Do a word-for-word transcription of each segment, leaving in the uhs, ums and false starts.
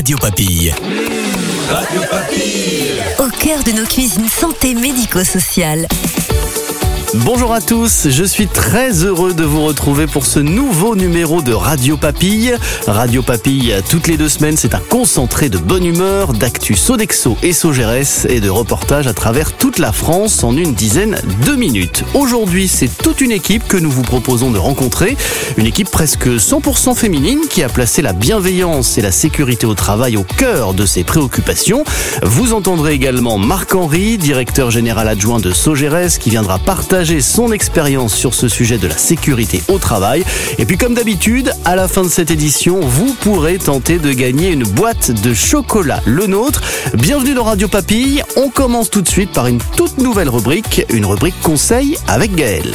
Radio Papille. Radio Papille. Au cœur de nos cuisines santé médico-sociales. Bonjour à tous, je suis très heureux de vous retrouver pour ce nouveau numéro de Radio Papille. Radio Papille, toutes les deux semaines, c'est un concentré de bonne humeur, d'actu Sodexo et Sogeres et de reportages à travers toute la France en une dizaine de minutes. Aujourd'hui, c'est toute une équipe que nous vous proposons de rencontrer. Une équipe presque cent pour cent féminine qui a placé la bienveillance et la sécurité au travail au cœur de ses préoccupations. Vous entendrez également Marc-Henri, directeur général adjoint de Sogeres, qui viendra partager son expérience sur ce sujet de la sécurité au travail. Et puis comme d'habitude, à la fin de cette édition, vous pourrez tenter de gagner une boîte de chocolat Le Nôtre. Bienvenue dans Radio Papille. On commence tout de suite par une toute nouvelle rubrique, une rubrique conseil avec Gaël.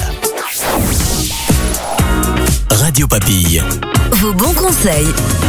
Radio Papille. Vos bons conseils.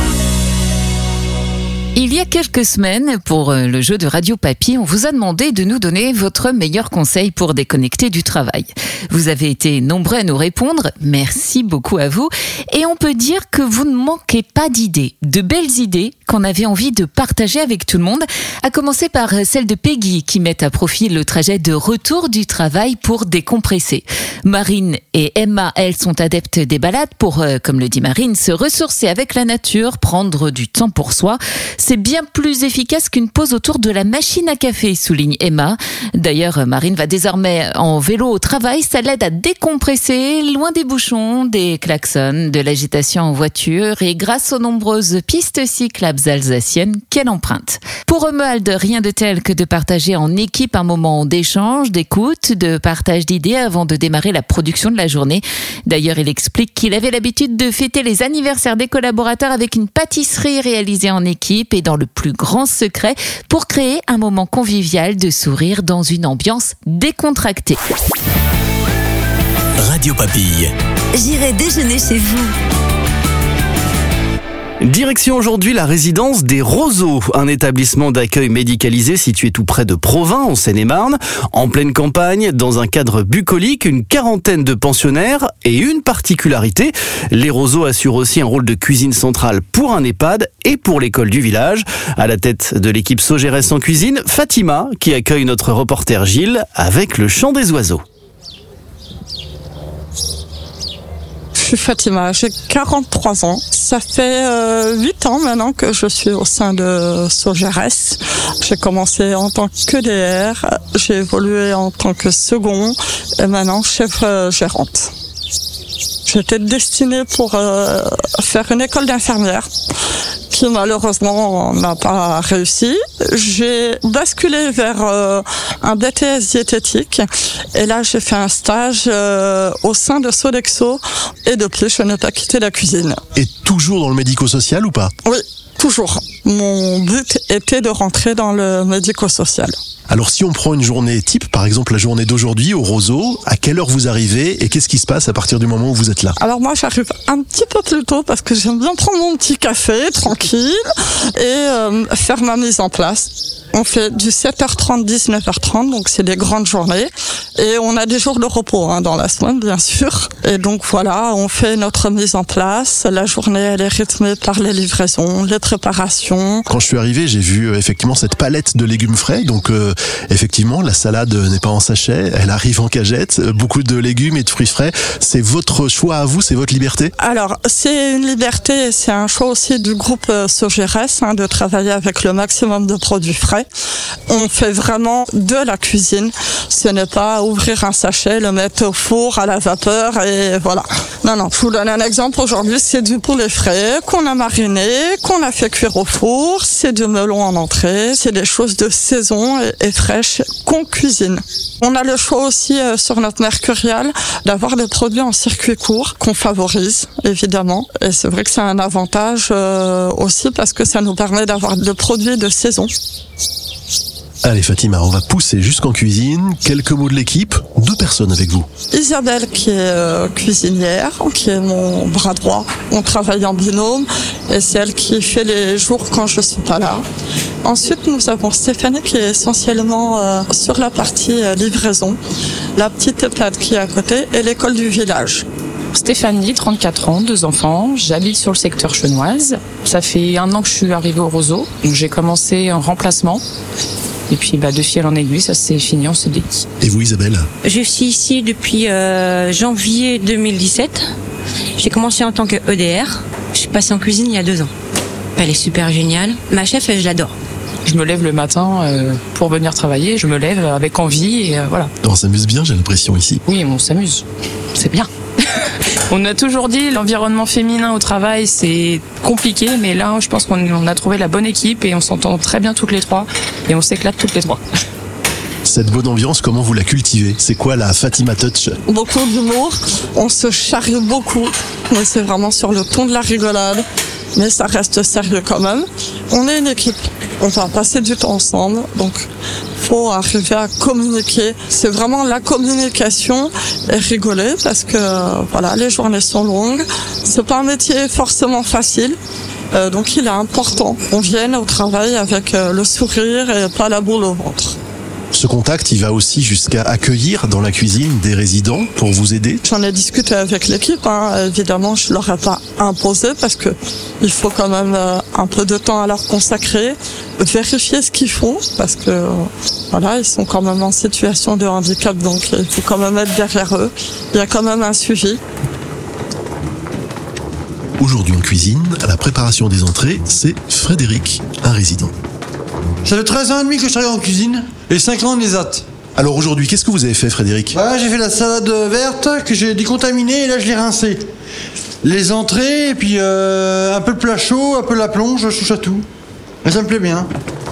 Il y a quelques semaines, pour le jeu de Radio Papille, on vous a demandé de nous donner votre meilleur conseil pour déconnecter du travail. Vous avez été nombreux à nous répondre, merci beaucoup à vous. Et on peut dire que vous ne manquez pas d'idées, de belles idées qu'on avait envie de partager avec tout le monde, à commencer par celle de Peggy qui met à profit le trajet de retour du travail pour décompresser. Marine et Emma, elles, sont adeptes des balades pour, comme le dit Marine, se ressourcer avec la nature, prendre du temps pour soi. C'est bien plus efficace qu'une pause autour de la machine à café, souligne Emma. D'ailleurs, Marine va désormais en vélo au travail. Ça l'aide à décompresser, loin des bouchons, des klaxons, de l'agitation en voiture et grâce aux nombreuses pistes cyclables alsaciennes qu'elle emprunte. Pour Romuald, rien de tel que de partager en équipe un moment d'échange, d'écoute, de partage d'idées avant de démarrer la production de la journée. D'ailleurs, il explique qu'il avait l'habitude de fêter les anniversaires des collaborateurs avec une pâtisserie réalisée en équipe et dans le plus grand secret pour créer un moment convivial de sourire dans une ambiance décontractée. Radio Papille. J'irai déjeuner chez vous. Direction aujourd'hui la résidence des Roseaux, un établissement d'accueil médicalisé situé tout près de Provins, en Seine-et-Marne. En pleine campagne, dans un cadre bucolique, une quarantaine de pensionnaires et une particularité. Les Roseaux assurent aussi un rôle de cuisine centrale pour un EHPAD et pour l'école du village. À la tête de l'équipe Sogeres en cuisine, Fatima, qui accueille notre reporter Gilles avec le chant des oiseaux. Je suis Fatima, j'ai quarante-trois ans. Ça fait euh, huit ans maintenant que je suis au sein de Sogeres. J'ai commencé en tant que D R, j'ai évolué en tant que second et maintenant chef euh, gérante. J'étais destinée pour euh, faire une école d'infirmière qui malheureusement n'a pas réussi. J'ai basculé vers euh, un B T S diététique et là j'ai fait un stage euh, au sein de Sodexo et depuis je n'ai pas quitté la cuisine. Et toujours dans le médico-social ou pas ? Oui, toujours. Mon but était de rentrer dans le médico-social. Alors si on prend une journée type, par exemple la journée d'aujourd'hui au Roseau, à quelle heure vous arrivez et qu'est-ce qui se passe à partir du moment où vous êtes là ? Alors moi j'arrive un petit peu plus tôt parce que j'aime bien prendre mon petit café tranquille et euh, faire ma mise en place. On fait du sept heures trente, dix-neuf heures trente, donc c'est des grandes journées. Et on a des jours de repos hein, dans la semaine, bien sûr. Et donc voilà, on fait notre mise en place. La journée, elle est rythmée par les livraisons, les préparations. Quand je suis arrivé, j'ai vu euh, effectivement cette palette de légumes frais. Donc euh, effectivement, la salade n'est pas en sachet, elle arrive en cagette. Beaucoup de légumes et de fruits frais. C'est votre choix à vous, c'est votre liberté ? Alors, c'est une liberté, c'est un choix aussi du groupe euh, Sogeres hein, de travailler avec le maximum de produits frais. On fait vraiment de la cuisine. Ce n'est pas ouvrir un sachet, le mettre au four à la vapeur et voilà. Non, non, je vous donne un exemple. Aujourd'hui, c'est du poulet frais qu'on a mariné, qu'on a fait cuire au four. C'est du melon en entrée. C'est des choses de saison et, et fraîches qu'on cuisine. On a le choix aussi euh, sur notre mercurial d'avoir des produits en circuit court qu'on favorise, évidemment. Et c'est vrai que c'est un avantage euh, aussi parce que ça nous permet d'avoir des produits de saison. Allez Fatima, on va pousser jusqu'en cuisine. Quelques mots de l'équipe, deux personnes avec vous. Isabelle qui est euh, cuisinière, qui est mon bras droit. On travaille en binôme et c'est elle qui fait les jours quand je suis pas là. Ensuite, nous avons Stéphanie qui est essentiellement euh, sur la partie euh, livraison, la petite EHPAD qui est à côté et l'école du village. Stéphanie, trente-quatre ans, deux enfants. J'habite sur le secteur Chenoise. Ça fait un an que je suis arrivée au Roseau. Donc j'ai commencé en remplacement. Et puis bah, de fil en aiguille, ça s'est fini en C D I. Et vous, Isabelle ? Je suis ici depuis euh, janvier deux mille dix-sept. J'ai commencé en tant que E D R. Je suis passée en cuisine il y a deux ans. Elle est super géniale. Ma chef, je l'adore. Je me lève le matin euh, pour venir travailler. Je me lève avec envie et euh, voilà. On s'amuse bien, j'ai l'impression, ici. Oui, on s'amuse. C'est bien. On a toujours dit l'environnement féminin au travail, c'est compliqué. Mais là, je pense qu'on on a trouvé la bonne équipe et on s'entend très bien toutes les trois. Et on s'éclate toutes les trois. Cette bonne ambiance, comment vous la cultivez ? C'est quoi la Fatima Touch ? Beaucoup d'humour, on se charrie beaucoup, mais c'est vraiment sur le ton de la rigolade. Mais ça reste sérieux quand même. On est une équipe, on va passer du temps ensemble, donc faut arriver à communiquer. C'est vraiment la communication et rigoler parce que voilà, les journées sont longues. C'est pas un métier forcément facile, euh, donc il est important qu'on vienne au travail avec euh, le sourire et pas la boule au ventre. Ce contact, il va aussi jusqu'à accueillir dans la cuisine des résidents pour vous aider. J'en ai discuté avec l'équipe, hein. Évidemment, je leur ai pas imposé parce que il faut quand même euh, un peu de temps à leur consacrer, vérifier ce qu'ils font parce que euh, voilà, ils sont quand même en situation de handicap, donc il faut quand même être derrière eux. Il y a quand même un suivi. Aujourd'hui en cuisine, à la préparation des entrées, c'est Frédéric, un résident. Ça fait treize ans et demi que je travaille en cuisine et cinq ans en ESAT. Alors aujourd'hui, qu'est-ce que vous avez fait, Frédéric ? Bah, j'ai fait la salade verte que j'ai décontaminée et là je l'ai rincée. Les entrées et puis euh, un peu le plat chaud, un peu la plonge, je touche à tout. Mais ça me plaît bien.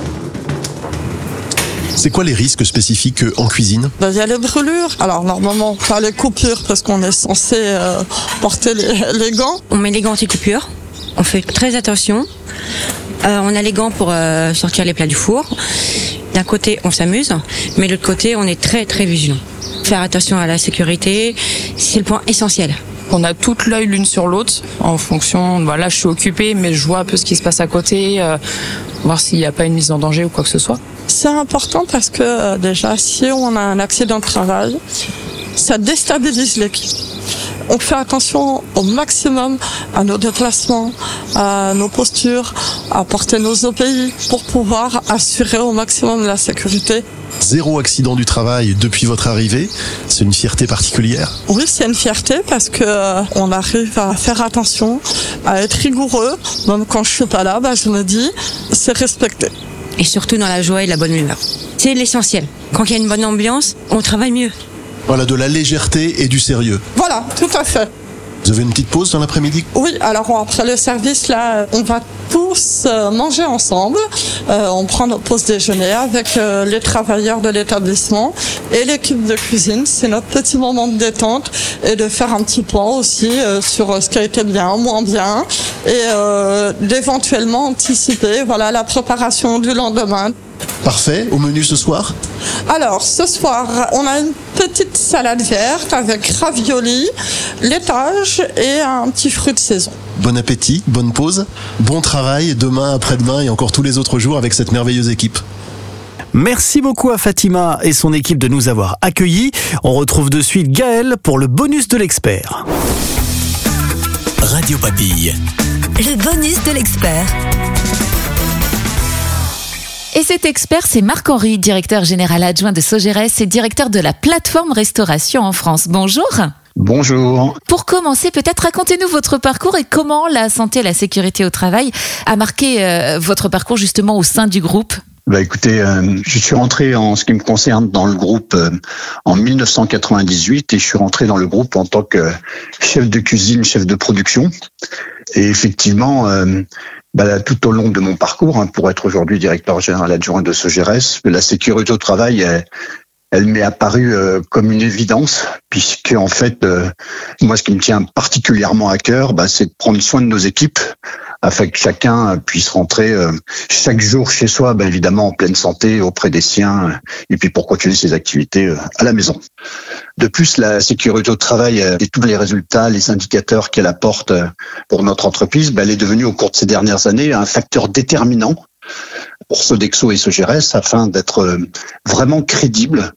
C'est quoi les risques spécifiques en cuisine ? Ben, il y a les brûlures. Alors normalement, pas les coupures parce qu'on est censé euh, porter les, les gants. On met les gants anti-coupure. On fait très attention. Euh, on a les gants pour euh, sortir les plats du four. D'un côté, on s'amuse, mais de l'autre côté, on est très très vigilant. Faire attention à la sécurité, c'est le point essentiel. On a tout l'œil l'une sur l'autre en fonction. Voilà, je suis occupée, mais je vois un peu ce qui se passe à côté, euh, voir s'il n'y a pas une mise en danger ou quoi que ce soit. C'est important parce que euh, déjà, si on a un accident de travail, ça déstabilise l'équipe. On fait attention au maximum à nos déplacements, à nos postures, à porter nos O P I pour pouvoir assurer au maximum la sécurité. Zéro accident du travail depuis votre arrivée, c'est une fierté particulière ? Oui, c'est une fierté parce que euh, on arrive à faire attention, à être rigoureux. Même quand je suis pas là, bah, je me dis, c'est respecté. Et surtout dans la joie et la bonne humeur. C'est l'essentiel. Quand il y a une bonne ambiance, on travaille mieux. Voilà, de la légèreté et du sérieux. Voilà, tout à fait. Vous avez une petite pause dans l'après-midi ? Oui, alors après le service, là, on va tous euh, manger ensemble. Euh, on prend notre pause déjeuner avec euh, les travailleurs de l'établissement et l'équipe de cuisine. C'est notre petit moment de détente et de faire un petit point aussi euh, sur euh, ce qui a été bien, moins bien et euh, d'éventuellement anticiper voilà, la préparation du lendemain. Parfait, au menu ce soir ? Alors, ce soir, on a une petite salade verte avec raviolis, laitage et un petit fruit de saison. Bon appétit, bonne pause, bon travail demain, après-demain et encore tous les autres jours avec cette merveilleuse équipe. Merci beaucoup à Fatima et son équipe de nous avoir accueillis. On retrouve de suite Gaël pour le bonus de l'expert. Radio Papille. Le bonus de l'expert. Et cet expert, c'est Marc-Henri, directeur général adjoint de Sogérès et directeur de la plateforme restauration en France. Bonjour. Bonjour. Pour commencer, peut-être racontez-nous votre parcours et comment la santé et la sécurité au travail a marqué euh, votre parcours justement au sein du groupe. Bah écoutez, euh, je suis rentré en ce qui me concerne dans le groupe euh, en mille neuf cent quatre-vingt-dix-huit et je suis rentré dans le groupe en tant que chef de cuisine, chef de production. Et effectivement, euh, bah, tout au long de mon parcours, hein, pour être aujourd'hui directeur général adjoint de Sogérès, la sécurité au travail, elle, elle m'est apparue euh, comme une évidence, puisque en fait, euh, moi, ce qui me tient particulièrement à cœur, bah, c'est de prendre soin de nos équipes, afin que chacun puisse rentrer euh, chaque jour chez soi, bah, évidemment en pleine santé, auprès des siens, et puis pour continuer ses activités euh, à la maison. De plus, la sécurité au travail euh, et tous les résultats, les indicateurs qu'elle apporte euh, pour notre entreprise, bah, elle est devenue au cours de ces dernières années un facteur déterminant pour Sodexo et Sogérès afin d'être euh, vraiment crédible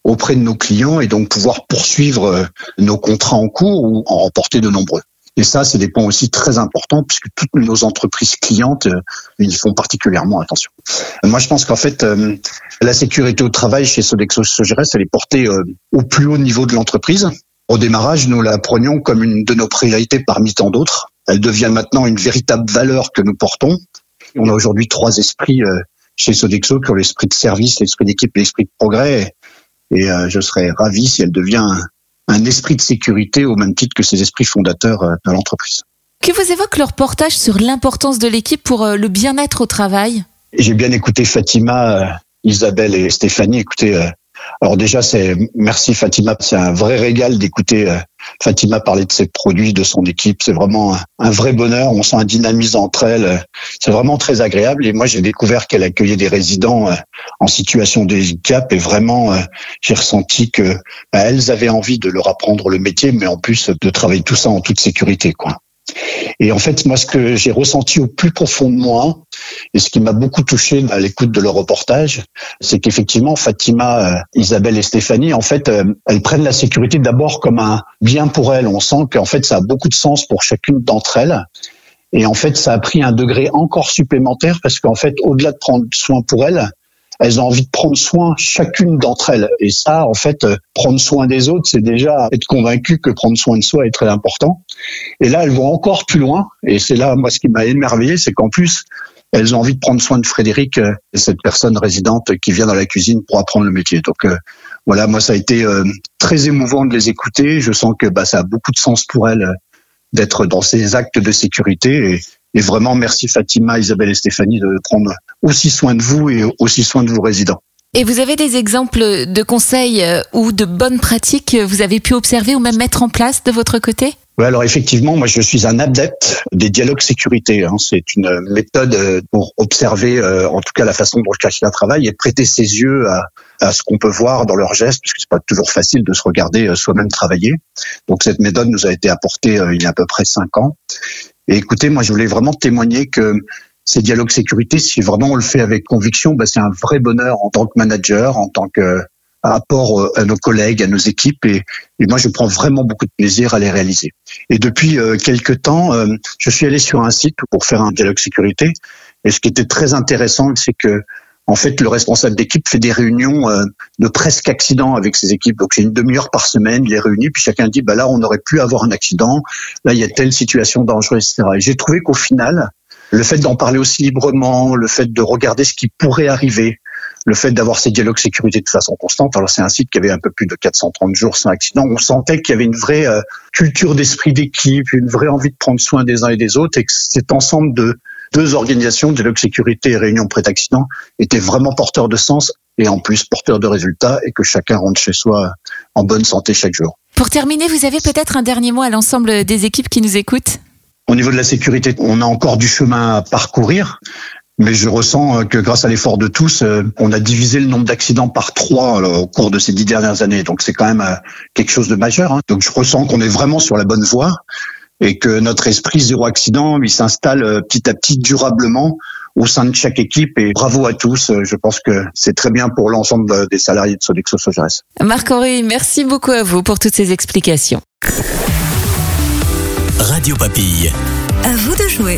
auprès de nos clients et donc pouvoir poursuivre nos contrats en cours ou en remporter de nombreux. Et ça, c'est des points aussi très importants puisque toutes nos entreprises clientes y font particulièrement attention. Moi, je pense qu'en fait, euh, la sécurité au travail chez Sodexo Sogérès, elle est portée euh, au plus haut niveau de l'entreprise. Au démarrage, nous la prenions comme une de nos priorités parmi tant d'autres. Elle devient maintenant une véritable valeur que nous portons. On a aujourd'hui trois esprits euh, chez Sodexo, qui ont l'esprit de service, l'esprit d'équipe et l'esprit de progrès. Et euh, je serais ravi si elle devient un, un esprit de sécurité au même titre que ces esprits fondateurs euh, de l'entreprise. Que vous évoque le reportage sur l'importance de l'équipe pour euh, le bien-être au travail ? J'ai bien écouté Fatima, euh, Isabelle et Stéphanie. Écoutez, euh, alors déjà, c'est merci Fatima. C'est un vrai régal d'écouter euh, Fatima parler de ses produits, de son équipe. C'est vraiment un, un vrai bonheur. On sent un dynamisme entre elles. C'est vraiment très agréable. Et moi, j'ai découvert qu'elle accueillait des résidents euh, en situation de handicap. Et vraiment, euh, j'ai ressenti que bah, elles avaient envie de leur apprendre le métier, mais en plus de travailler tout ça en toute sécurité, quoi. Et en fait, moi, ce que j'ai ressenti au plus profond de moi, et ce qui m'a beaucoup touché à l'écoute de leur reportage, c'est qu'effectivement, Fatima, euh, Isabelle et Stéphanie, en fait, euh, elles prennent la sécurité d'abord comme un bien pour elles. On sent qu'en fait, ça a beaucoup de sens pour chacune d'entre elles. Et en fait, ça a pris un degré encore supplémentaire parce qu'en fait, au-delà de prendre soin pour elles, elles ont envie de prendre soin chacune d'entre elles. Et ça, en fait, euh, prendre soin des autres, c'est déjà être convaincu que prendre soin de soi est très important. Et là, elles vont encore plus loin. Et c'est là, moi, ce qui m'a émerveillé, c'est qu'en plus, elles ont envie de prendre soin de Frédéric, euh, cette personne résidente qui vient dans la cuisine pour apprendre le métier. Donc euh, voilà, moi, ça a été euh, très émouvant de les écouter. Je sens que bah, ça a beaucoup de sens pour elles euh, d'être dans ces actes de sécurité. Et, et vraiment, merci Fatima, Isabelle et Stéphanie de prendre aussi soin de vous et aussi soin de vos résidents. Et vous avez des exemples de conseils ou de bonnes pratiques que vous avez pu observer ou même mettre en place de votre côté ? Oui, alors effectivement, moi je suis un adepte des dialogues sécurité. Hein. C'est une méthode pour observer, euh, en tout cas la façon dont chacun travaille et prêter ses yeux à, à ce qu'on peut voir dans leurs gestes, parce que c'est pas toujours facile de se regarder euh, soi-même travailler. Donc cette méthode nous a été apportée euh, il y a à peu près cinq ans. Et écoutez, moi je voulais vraiment témoigner que ces dialogues sécurité, si vraiment on le fait avec conviction, bah, c'est un vrai bonheur en tant que manager, en tant que rapport à nos collègues, à nos équipes, et, et moi je prends vraiment beaucoup de plaisir à les réaliser. Et depuis euh, quelques temps, euh, je suis allé sur un site pour faire un dialogue sécurité, et ce qui était très intéressant, c'est que en fait le responsable d'équipe fait des réunions euh, de presque accident avec ses équipes, donc c'est une demi-heure par semaine, il les réunit, puis chacun dit bah là on aurait pu avoir un accident, là il y a telle situation dangereuse, et cetera. Et j'ai trouvé qu'au final, le fait d'en parler aussi librement, le fait de regarder ce qui pourrait arriver, le fait d'avoir ces dialogues sécurité de façon constante. Alors c'est un site qui avait un peu plus de quatre cent trente jours sans accident. On sentait qu'il y avait une vraie euh, culture d'esprit d'équipe, une vraie envie de prendre soin des uns et des autres, et que cet ensemble de deux organisations, dialogue sécurité et réunion pré-accident, était vraiment porteur de sens et en plus porteur de résultats, et que chacun rentre chez soi en bonne santé chaque jour. Pour terminer, vous avez peut-être un dernier mot à l'ensemble des équipes qui nous écoutent ? Au niveau de la sécurité, on a encore du chemin à parcourir. Mais je ressens que grâce à l'effort de tous, on a divisé le nombre d'accidents par trois au cours de ces dix dernières années. Donc c'est quand même quelque chose de majeur. Donc je ressens qu'on est vraiment sur la bonne voie et que notre esprit zéro accident, il s'installe petit à petit durablement au sein de chaque équipe. Et bravo à tous. Je pense que c'est très bien pour l'ensemble des salariés de Sodexo Sogérès. Marc-Henri, merci beaucoup à vous pour toutes ces explications. Radio Papille. À vous de jouer.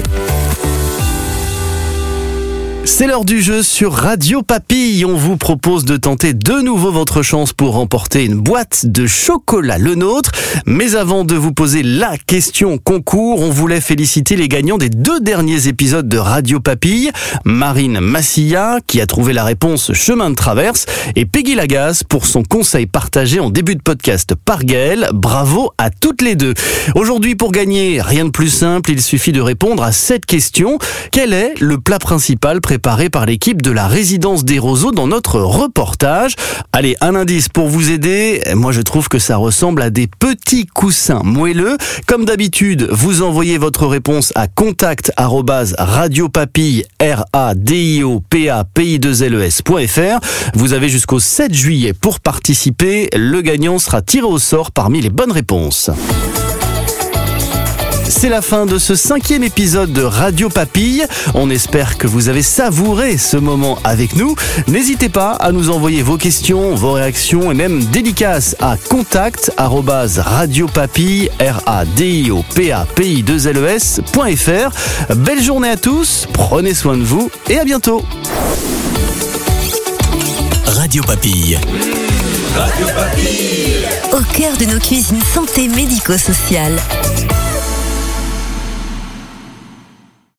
C'est l'heure du jeu sur Radio Papille. On vous propose de tenter de nouveau votre chance pour remporter une boîte de chocolat Le Nôtre. Mais avant de vous poser la question concours, on voulait féliciter les gagnants des deux derniers épisodes de Radio Papille. Marine Massilla, qui a trouvé la réponse chemin de traverse, et Peggy Lagasse pour son conseil partagé en début de podcast par Gaël. Bravo à toutes les deux. Aujourd'hui, pour gagner, rien de plus simple, il suffit de répondre à cette question. Quel est le plat principal préparé préparé par l'équipe de la résidence des Roseaux dans notre reportage? Allez, un indice pour vous aider. Moi, je trouve que ça ressemble à des petits coussins moelleux. Comme d'habitude, vous envoyez votre réponse à contact arobase radiopapille, R A D I O P A P I deux L E S point F R. Vous avez jusqu'au sept juillet pour participer. Le gagnant sera tiré au sort parmi les bonnes réponses. C'est la fin de ce cinquième épisode de Radio Papille. On espère que vous avez savouré ce moment avec nous. N'hésitez pas à nous envoyer vos questions, vos réactions et même dédicaces à contact arobase radiopapille, R A D I O P A P I deux L E S point F R. Belle journée à tous, prenez soin de vous et à bientôt. Radio Papille. Radio Papille. Au cœur de nos cuisines santé médico-sociale.